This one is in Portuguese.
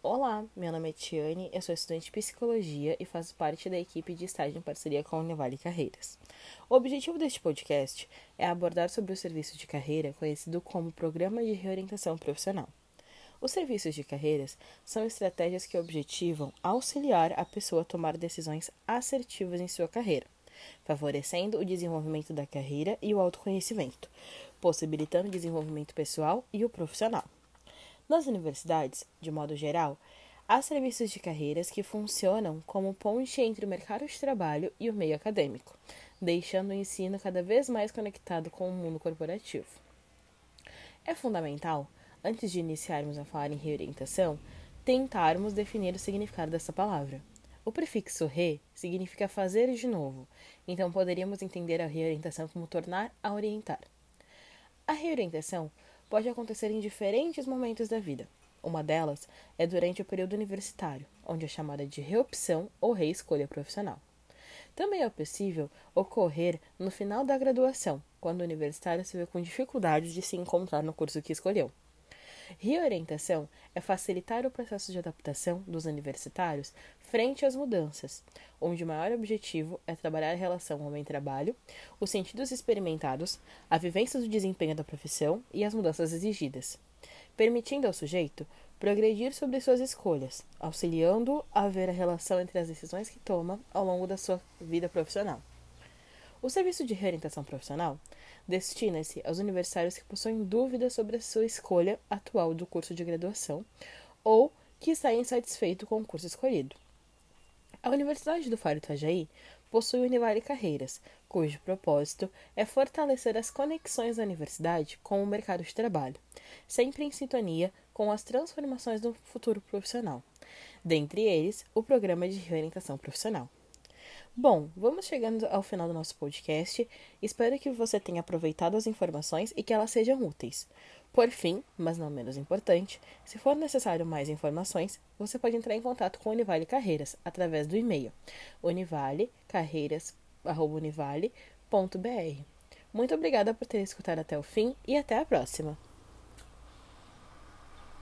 Olá, meu nome é Tiane, eu sou estudante de Psicologia e faço parte da equipe de estágio em parceria com a Univale Carreiras. O objetivo deste podcast é abordar sobre o serviço de carreira conhecido como Programa de Reorientação Profissional. Os serviços de carreiras são estratégias que objetivam auxiliar a pessoa a tomar decisões assertivas em sua carreira, favorecendo o desenvolvimento da carreira e o autoconhecimento, possibilitando o desenvolvimento pessoal e o profissional. Nas universidades, de modo geral, há serviços de carreiras que funcionam como ponte entre o mercado de trabalho e o meio acadêmico, deixando o ensino cada vez mais conectado com o mundo corporativo. É fundamental, antes de iniciarmos a falar em reorientação, tentarmos definir o significado dessa palavra. O prefixo re significa fazer de novo, então poderíamos entender a reorientação como tornar a orientar. A reorientação pode acontecer em diferentes momentos da vida. Uma delas é durante o período universitário, onde é chamada de reopção ou reescolha profissional. Também é possível ocorrer no final da graduação, quando o universitário se vê com dificuldades de se encontrar no curso que escolheu. Reorientação é facilitar o processo de adaptação dos universitários frente às mudanças, onde o maior objetivo é trabalhar a relação homem-trabalho, os sentidos experimentados, a vivência do desempenho da profissão e as mudanças exigidas, permitindo ao sujeito progredir sobre suas escolhas, auxiliando-o a ver a relação entre as decisões que toma ao longo da sua vida profissional. O serviço de reorientação profissional destina-se aos universitários que possuem dúvidas sobre a sua escolha atual do curso de graduação ou que está insatisfeito com o curso escolhido. A Universidade do Faro Itajaí possui o Univale Carreiras, cujo propósito é fortalecer as conexões da universidade com o mercado de trabalho, sempre em sintonia com as transformações do futuro profissional, dentre eles o Programa de Reorientação Profissional. Bom, vamos chegando ao final do nosso podcast. Espero que você tenha aproveitado as informações e que elas sejam úteis. Por fim, mas não menos importante, se for necessário mais informações, você pode entrar em contato com o Univale Carreiras através do e-mail univalecarreiras@univale.br. Muito obrigada por ter escutado até o fim e até a próxima!